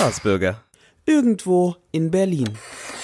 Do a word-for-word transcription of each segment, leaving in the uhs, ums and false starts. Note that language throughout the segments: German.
Staatsbürger? Irgendwo in Berlin.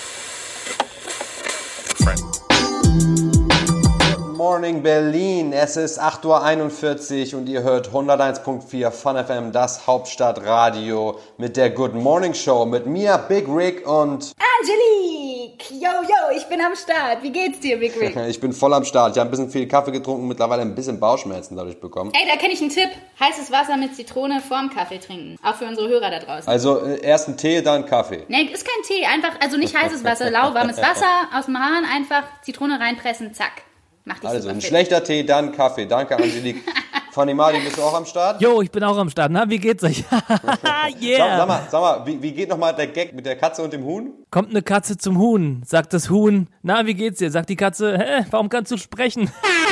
Good morning Berlin, es ist acht Uhr einundvierzig und ihr hört hunderteins Komma vier Fun F M, das Hauptstadtradio mit der Good Morning Show mit mir, Big Rick und Angelique! Yo, yo, ich bin am Start. Wie geht's dir, Big Rick? Ich bin voll am Start. Ich habe ein bisschen viel Kaffee getrunken, mittlerweile ein bisschen Bauchschmerzen dadurch bekommen. Ey, da kenne ich einen Tipp. Heißes Wasser mit Zitrone vorm Kaffee trinken. Auch für unsere Hörer da draußen. Also äh, erst ein Tee, dann Kaffee. Nee, ist kein Tee. Einfach, also nicht heißes Wasser, lauwarmes Wasser aus dem Hahn, einfach Zitrone reinpressen, zack. Mach dich Also ein fit. schlechter Tee, dann Kaffee. Danke, Angelique. Fanny Martin, bist du auch am Start? Jo, ich bin auch am Start. Na, wie geht's euch? Yeah. Sag, sag mal, sag mal wie, wie geht nochmal der Gag mit der Katze und dem Huhn? Kommt eine Katze zum Huhn, sagt das Huhn. Na, wie geht's dir? Sagt die Katze, hä, warum kannst du sprechen?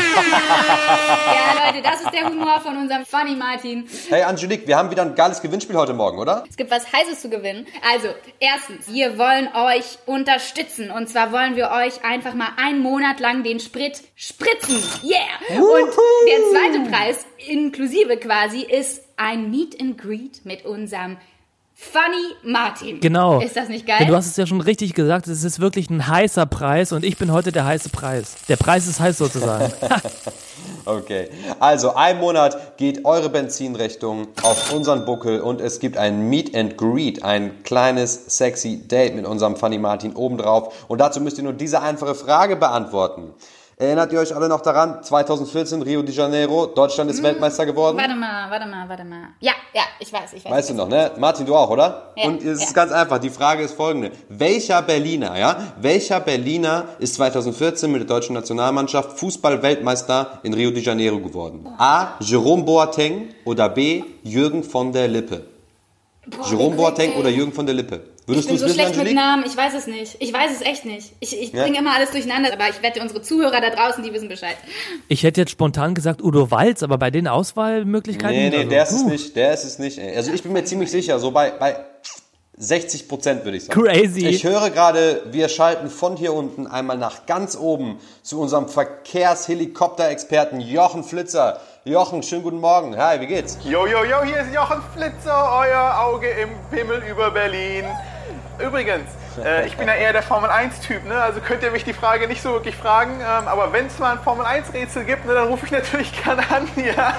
Ja, Leute, das ist der Humor von unserem Funny Martin. Hey Angelique, wir haben wieder ein geiles Gewinnspiel heute Morgen, oder? Es gibt was Heißes zu gewinnen. Also, erstens, wir wollen euch unterstützen. Und zwar wollen wir euch einfach mal einen Monat lang den Sprit spritzen. Yeah! Und der zweite Preis, inklusive quasi, ist ein Meet and Greet mit unserem Funny Martin. Genau. Ist das nicht geil? Ja, du hast es ja schon richtig gesagt, es ist wirklich ein heißer Preis und ich bin heute der heiße Preis. Der Preis ist heiß sozusagen. Okay, also ein Monat geht eure Benzinrechnung auf unseren Buckel und es gibt ein Meet and Greet, ein kleines sexy Date mit unserem Funny Martin obendrauf und dazu müsst ihr nur diese einfache Frage beantworten. Erinnert ihr euch alle noch daran? zwanzig vierzehn, Rio de Janeiro, Deutschland ist mmh, Weltmeister geworden. Warte mal, warte mal, warte mal. Ja, ja, ich weiß, ich weiß. Weißt du noch, ne? Martin, du auch, oder? Ja, und es ja. ist ganz einfach, die Frage ist folgende. Welcher Berliner, ja? Welcher Berliner ist zwanzig vierzehn mit der deutschen Nationalmannschaft Fußball-Weltmeister in Rio de Janeiro geworden? A. Jerome Boateng oder B. Jürgen von der Lippe? Boah, Jerome Boateng ey. oder Jürgen von der Lippe? Würdest Ich bin du so es wissen, schlecht mit Angelique? Namen, ich weiß es nicht. Ich weiß es echt nicht. Ich, ich Ja? bringe immer alles durcheinander, aber ich wette, unsere Zuhörer da draußen, die wissen Bescheid. Ich hätte jetzt spontan gesagt Udo Walz, aber bei den Auswahlmöglichkeiten... Nee, nee, also, der ist es puh, nicht, der ist es nicht. ey. Also ich bin mir ziemlich sicher, so bei, bei sechzig Prozent würde ich sagen. Crazy. Ich höre gerade, wir schalten von hier unten einmal nach ganz oben zu unserem Verkehrshelikopterexperten Jochen Flitzer. Jochen, schönen guten Morgen. Hi, wie geht's? Jo, jo, jo, hier ist Jochen Flitzer, euer Auge im Himmel über Berlin. Übrigens, äh, ich bin ja eher der Formel eins Typ, ne? Also könnt ihr mich die Frage nicht so wirklich fragen. Ähm, aber wenn es mal ein Formel eins Rätsel gibt, ne, dann rufe ich natürlich gerne an, ja.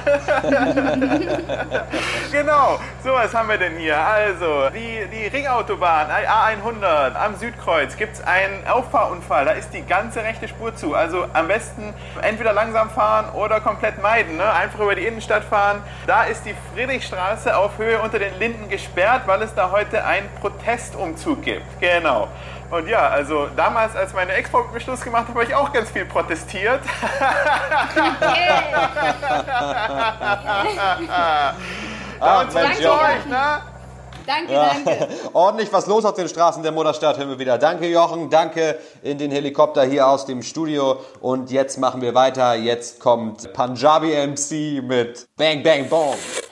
Genau, so was haben wir denn hier. Also, die, die Ringautobahn, A hundert, am Südkreuz gibt es einen Auffahrunfall. Da ist die ganze rechte Spur zu. Also am besten entweder langsam fahren oder komplett meiden, ne? Einfach über die Innenstadt fahren. Da ist die Friedrichstraße auf Höhe unter den Linden gesperrt, weil es da heute einen Protestumzug gibt. Genau. Und ja, also damals, als meine Ex-Frau mit mir Schluss gemacht hat, habe ich auch ganz viel protestiert. Ah, Und zurück Mensch, zu Jochen. euch, ne? Danke, danke. Ordentlich was los auf den Straßen der Mutterstadt, hören wir wieder. Danke Jochen, danke in den Helikopter hier aus dem Studio. Und jetzt machen wir weiter. Jetzt kommt Punjabi M C mit Bang Bang Boom.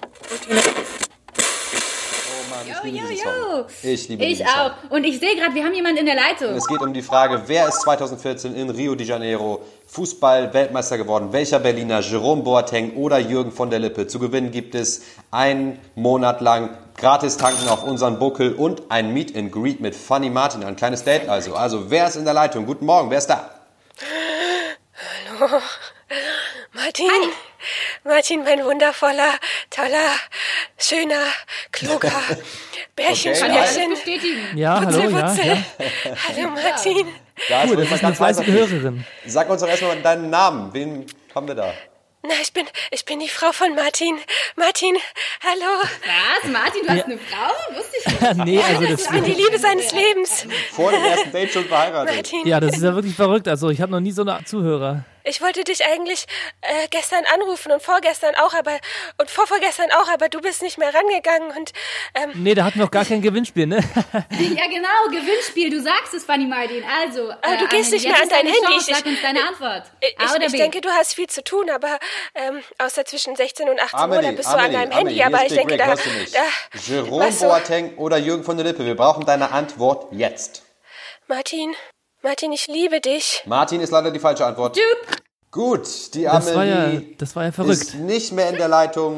Jo, liebe jo, diesen jo. Song. Ich liebe Ich diesen Song. auch. Und ich sehe gerade, wir haben jemanden in der Leitung. Es geht um die Frage, wer ist zwanzig vierzehn in Rio de Janeiro Fußball-Weltmeister geworden? Welcher Berliner? Jerome Boateng oder Jürgen von der Lippe? Zu gewinnen gibt es einen Monat lang gratis tanken auf unseren Buckel und ein Meet and Greet mit Funny Martin. Ein kleines Date also. Also, wer ist in der Leitung? Guten Morgen, wer ist da? Hallo, Martin. Hi. Martin, mein wundervoller, toller, schöner, kluger Bärchenschnäppchen. Bestätigen. Ja, hallo, ja, Wutzel. ja. Hallo, Martin. Da Cool, das mal ist eine ganz leise. fleißige Hörerin. Sag uns doch erstmal deinen Namen. Wen haben wir da? Na, ich bin, ich bin die Frau von Martin. Martin, hallo. Was? Martin, du hast eine Frau? Wusste ich nicht. Nee, also das... Ich bin die Liebe seines Lebens. Vor dem ersten Date schon verheiratet. Martin, Ja, das ist ja wirklich verrückt. Also ich habe noch nie so eine Zuhörer. ich wollte dich eigentlich äh, gestern anrufen und vorgestern auch, aber und vorvorgestern auch, aber du bist nicht mehr rangegangen und ähm, Nee, da hatten wir auch gar kein Gewinnspiel, ne? Ja, genau, Gewinnspiel. Du sagst es, Funny Martin. Also, Aber du gehst nicht mehr an dein Handy. Ich- Sag uns deine Antwort. ich, A oder ich B? denke, du hast viel zu tun, aber ähm, außer zwischen sechzehn und achtzehn Uhr, Amelie, da bist du an Amelie, deinem Amelie, Handy, hier aber ist ich Big denke, Rick, da, hörst du mich? da Jerome was so? Boateng oder Jürgen von der Lippe? Wir brauchen deine Antwort jetzt. Martin, Martin, ich liebe dich. Martin ist leider die falsche Antwort. Dup. Gut, die Das war ja, Amelie das war ja verrückt. ist nicht mehr in der Leitung.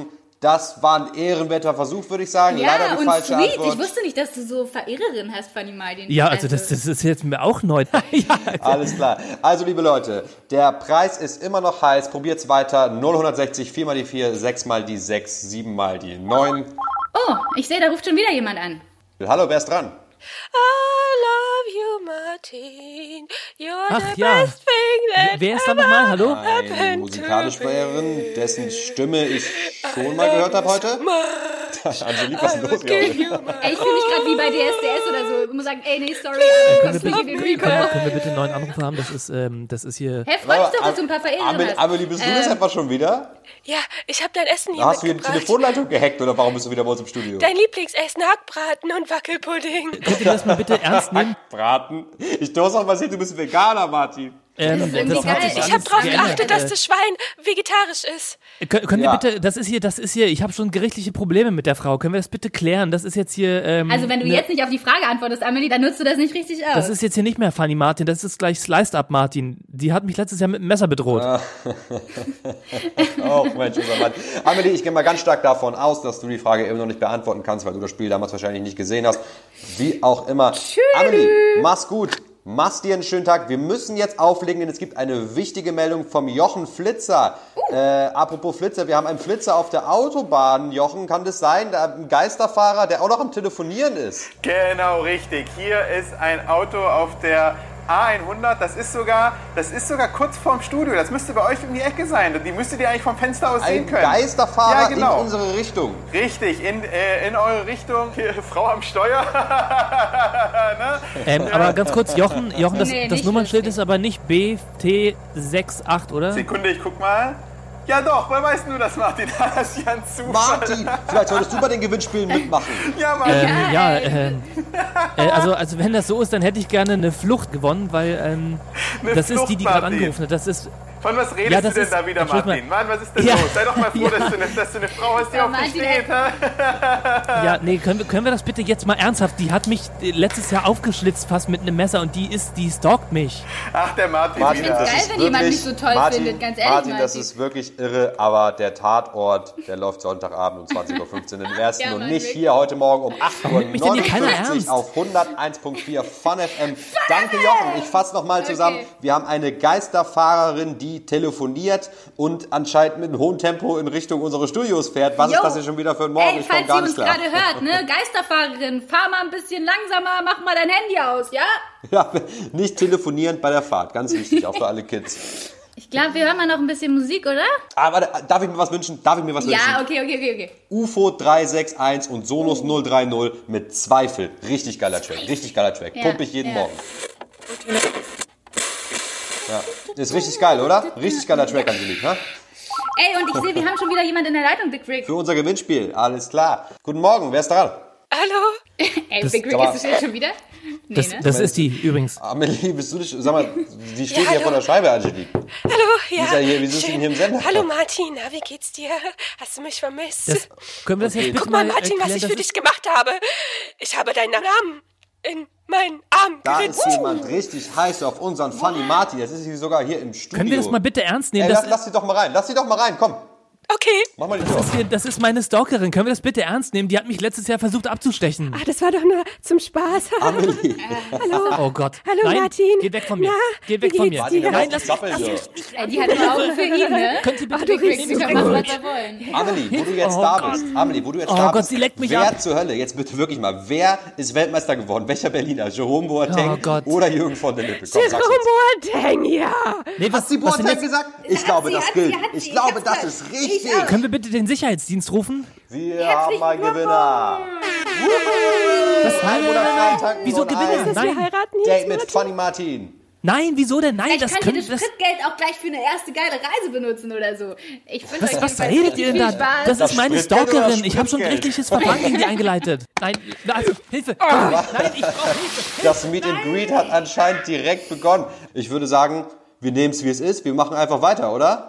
Das war ein ehrenwerter Versuch, würde ich sagen. Ja, Leider die und falsche sweet. Antwort. Ich wusste nicht, dass du so Verehrerin hast, Fanny Maldin. Ja, also das, das ist jetzt mir auch neu. Ja. Alles klar. Also, liebe Leute, der Preis ist immer noch heiß. Probiert's weiter. null sechzig, vier mal die vier, sechs mal die sechs, sieben mal die neun. Oh, ich sehe, da ruft schon wieder jemand an. Hallo, wer ist dran? I love you, Martin. You're Ach the ja. best thing that Wer ist da nochmal? Hallo? Eine musikalische Sprecherin, dessen Stimme ich schon mal gehört habe heute. Angelique, was ist denn los hier? Ey, ich fühle mich gerade wie bei D S D S oder so. Ich muss sagen, ey, nee, sorry, Können kommst wir, nicht bitte, in den können, wir, Recall. können wir bitte einen neuen Anruf haben? Das ist, ähm, das ist hier... Hä, freu dich doch, dass du ein paar Verehrer Amelie, hast. Amelie, bist du das etwa schon wieder? Ja, ich habe dein Essen hier Hast du hier die mitgebracht. Telefonleitung gehackt oder warum bist du wieder bei uns im Studio? Dein Lieblingsessen, Hackbraten und Wackelpudding. Könnt ihr das mal bitte ernst nehmen? Braten? Ich durfte auch mal sehen, du bist Veganer, Martin. Ähm, ist irgendwie hat geil. sich Ich alles habe drauf geändert. geachtet, dass Äh, das Schwein vegetarisch ist. Können, können Ja. wir bitte, das ist hier, das ist hier, ich habe schon gerichtliche Probleme mit der Frau. Können wir das bitte klären? Das ist jetzt hier. Ähm, Also wenn du ne, jetzt nicht auf die Frage antwortest, Amelie, dann nutzt du das nicht richtig aus. Das ist jetzt hier nicht mehr Fanny Martin, das ist gleich Sliced Up Martin. Die hat mich letztes Jahr mit einem Messer bedroht. Oh, Mensch, unser Mann. Amelie, ich gehe mal ganz stark davon aus, dass du die Frage immer noch nicht beantworten kannst, weil du das Spiel damals wahrscheinlich nicht gesehen hast. Wie auch immer. Amelie, mach's gut. Mach's dir einen schönen Tag. Wir müssen jetzt auflegen, denn es gibt eine wichtige Meldung vom Jochen Flitzer. Uh. Äh, apropos Flitzer, wir haben einen Flitzer auf der Autobahn. Jochen, kann das sein? Da ein Geisterfahrer, der auch noch am Telefonieren ist. Genau, richtig. Hier ist ein Auto auf der A hundert. Das ist sogar, das ist sogar kurz vorm Studio. Das müsste bei euch um die Ecke sein. Die müsstet ihr eigentlich vom Fenster aus sehen Ein können. Geisterfahrer Ja, genau. in unsere Richtung. Richtig, in, äh, in eure Richtung. Hier, Frau am Steuer. ne? Ähm, aber ganz kurz, Jochen, Jochen, das, Nee, das nicht Nummernschild lustig. ist aber nicht B T achtundsiebzig, oder? Sekunde, ich guck mal. Ja doch, wer weiß nur das, Martin? Das ist ja ein Zufall. Martin, vielleicht solltest du bei den Gewinnspielen mitmachen. Ja, Martin. Ähm, ja, äh, äh, also, also wenn das so ist, dann hätte ich gerne eine Flucht gewonnen, weil ähm, Eine das ist die, die Flucht, gerade Martin. angerufen hat. Das ist, Von was redest Ja, das du denn ist- da wieder, Entschuldigung Martin? Mann, was ist denn Ja. los? Sei doch mal froh, Ja. dass, du eine, dass du eine Frau hast, die Ja, auf dich Martin, steht. hä? ja, nee, können wir, können wir das bitte jetzt mal ernsthaft? Die hat mich äh, letztes Jahr aufgeschlitzt fast mit einem Messer und die ist, die stalkt mich. Ach, der Martin, Martin, wieder. geil, ist wenn jemand wirklich- mich so toll Martin, findet, ganz ehrlich, Martin, das Martin. ist wirklich irre, aber der Tatort, der läuft Sonntagabend um zwanzig Uhr fünfzehn im ersten Ja, und Mann, nicht wirklich. hier heute Morgen um acht Uhr mich denn hier keiner neunundfünfzig ernst? auf hunderteins Komma vier Fun F M. Danke, Jochen. Ich fasse nochmal zusammen. Okay. Wir haben eine Geisterfahrerin, die telefoniert und anscheinend mit einem hohen Tempo in Richtung unseres Studios fährt. Was Jo. ist das hier schon wieder für ein Morgen? Ey, Ich komme falls gar ihr nicht uns klar. gerade hört, ne, Geisterfahrerin, fahr mal ein bisschen langsamer, mach mal dein Handy aus, ja? Ja, nicht telefonierend bei der Fahrt. Ganz wichtig, auch für alle Kids. Ich glaube, wir hören mal noch ein bisschen Musik, oder? Ah, warte, darf ich mir was wünschen? Darf ich mir was wünschen? Ja, okay, okay, okay, okay. U F O drei sechs eins und Sonos null drei null mit Zweifel. Richtig geiler Track, richtig geiler Track. Ja, Pump ich jeden ja. Morgen. Ja, ist richtig geil, oder? Richtig geiler Track, Angelique, ne? Ey, und ich sehe, wir haben schon wieder jemand in der Leitung, Big Rick. Für unser Gewinnspiel, alles klar. Guten Morgen, wer ist dran? Hallo? Ey, Das- Big Rick, aber- ist das jetzt schon wieder? Nee, Das, ne? das ist die übrigens. Amelie, bist du nicht, sag mal, die steht Ja, hier vor der Scheibe, Angelique. Hallo, ja. ist ja hier- wieso ist schön. denn hier im Sender? Hallo Martin, na, wie geht's dir? Hast du mich vermisst? Das, können wir das jetzt bitte Guck mal, mal Martin, was erklären? ich Das für ist- dich gemacht habe. Ich habe deinen Namen in meinen Arm Da geritzt. ist jemand richtig heiß auf unseren Funny Marty. Das ist hier sogar hier im Studio. Können wir das mal bitte ernst nehmen? Ey, Das, lass, lass sie doch mal rein, lass sie doch mal rein, komm. Okay. Mach mal die das, Tür. ist hier, das ist meine Stalkerin. Können wir das bitte ernst nehmen? Die hat mich letztes Jahr versucht abzustechen. Ah, das war doch nur zum Spaß. Amelie. Oh Gott. Hallo, Nein, Martin. Geht weg von mir. Na, Geht weg wie von geht's mir. dir? Nein, lass mich. Zappel hier. Ey, die hat nur Augen für ihn, ne? Könnt ihr bitte du weg riechst Wir so können machen, was wir wollen. Amelie, wo du jetzt Oh da Gott. bist, Amelie, wo du jetzt Oh da Gott, bist, sie leckt mich wer ab. zur Hölle, jetzt bitte wirklich mal, wer ist Weltmeister geworden? Welcher Berliner? Jerome Boateng Oh Gott. oder Jürgen von der Lippe? Komm, sag's Jerome jetzt. Boateng, ja. Nee, was, Hast du was denn Boateng jetzt? gesagt? Ich glaube, sie, das hat sie, gilt. hat sie, Ich ich glaube, hab's das gehört. ist Ich richtig. auch. Können wir bitte den Sicherheitsdienst rufen? Wir haben einen Gewinner. Was? Nein, Oder nein, nein, nein. Freitag Wieso nur Gewinner? ein Wir Nein, heiraten Date jetzt, mit Martin. Funny Martin. nein, wieso denn? Nein, Vielleicht das könnt ihr könnte das das. Spritgeld auch gleich für eine erste geile Reise benutzen oder so. Ich wünsche Was, euch was jedenfalls redet ihr denn viel da? Spaß. Das Das ist meine Spritgeld oder Stalkerin. Ich habe schon Spritgeld? gerichtliches Verfahren gegen die eingeleitet. Nein, also, Hilfe. Nein, ich brauche Hilfe. Das Meet and Greet hat anscheinend direkt begonnen. Ich würde sagen, wir nehmen es, wie es ist. Wir machen einfach weiter, oder?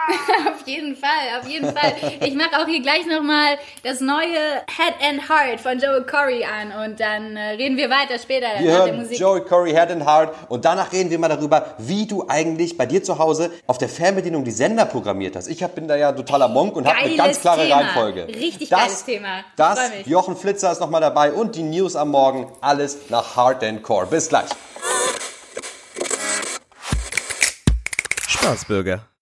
Auf jeden Fall, auf jeden Fall. Ich mache auch hier gleich nochmal das neue Head and Heart von Joel Corry an und dann äh, reden wir weiter später Wir nach der hören Musik. Joel Corry, Head and Heart und danach reden wir mal darüber, wie du eigentlich bei dir zu Hause auf der Fernbedienung die Sender programmiert hast. Ich hab, bin da ja totaler Monk und habe eine ganz klare Thema. Reihenfolge. Richtig das, geiles Thema. Ich Das, freu mich. Jochen Flitzer ist nochmal dabei und die News am Morgen, alles nach Hard and Core. Bis gleich. Staatsbürger.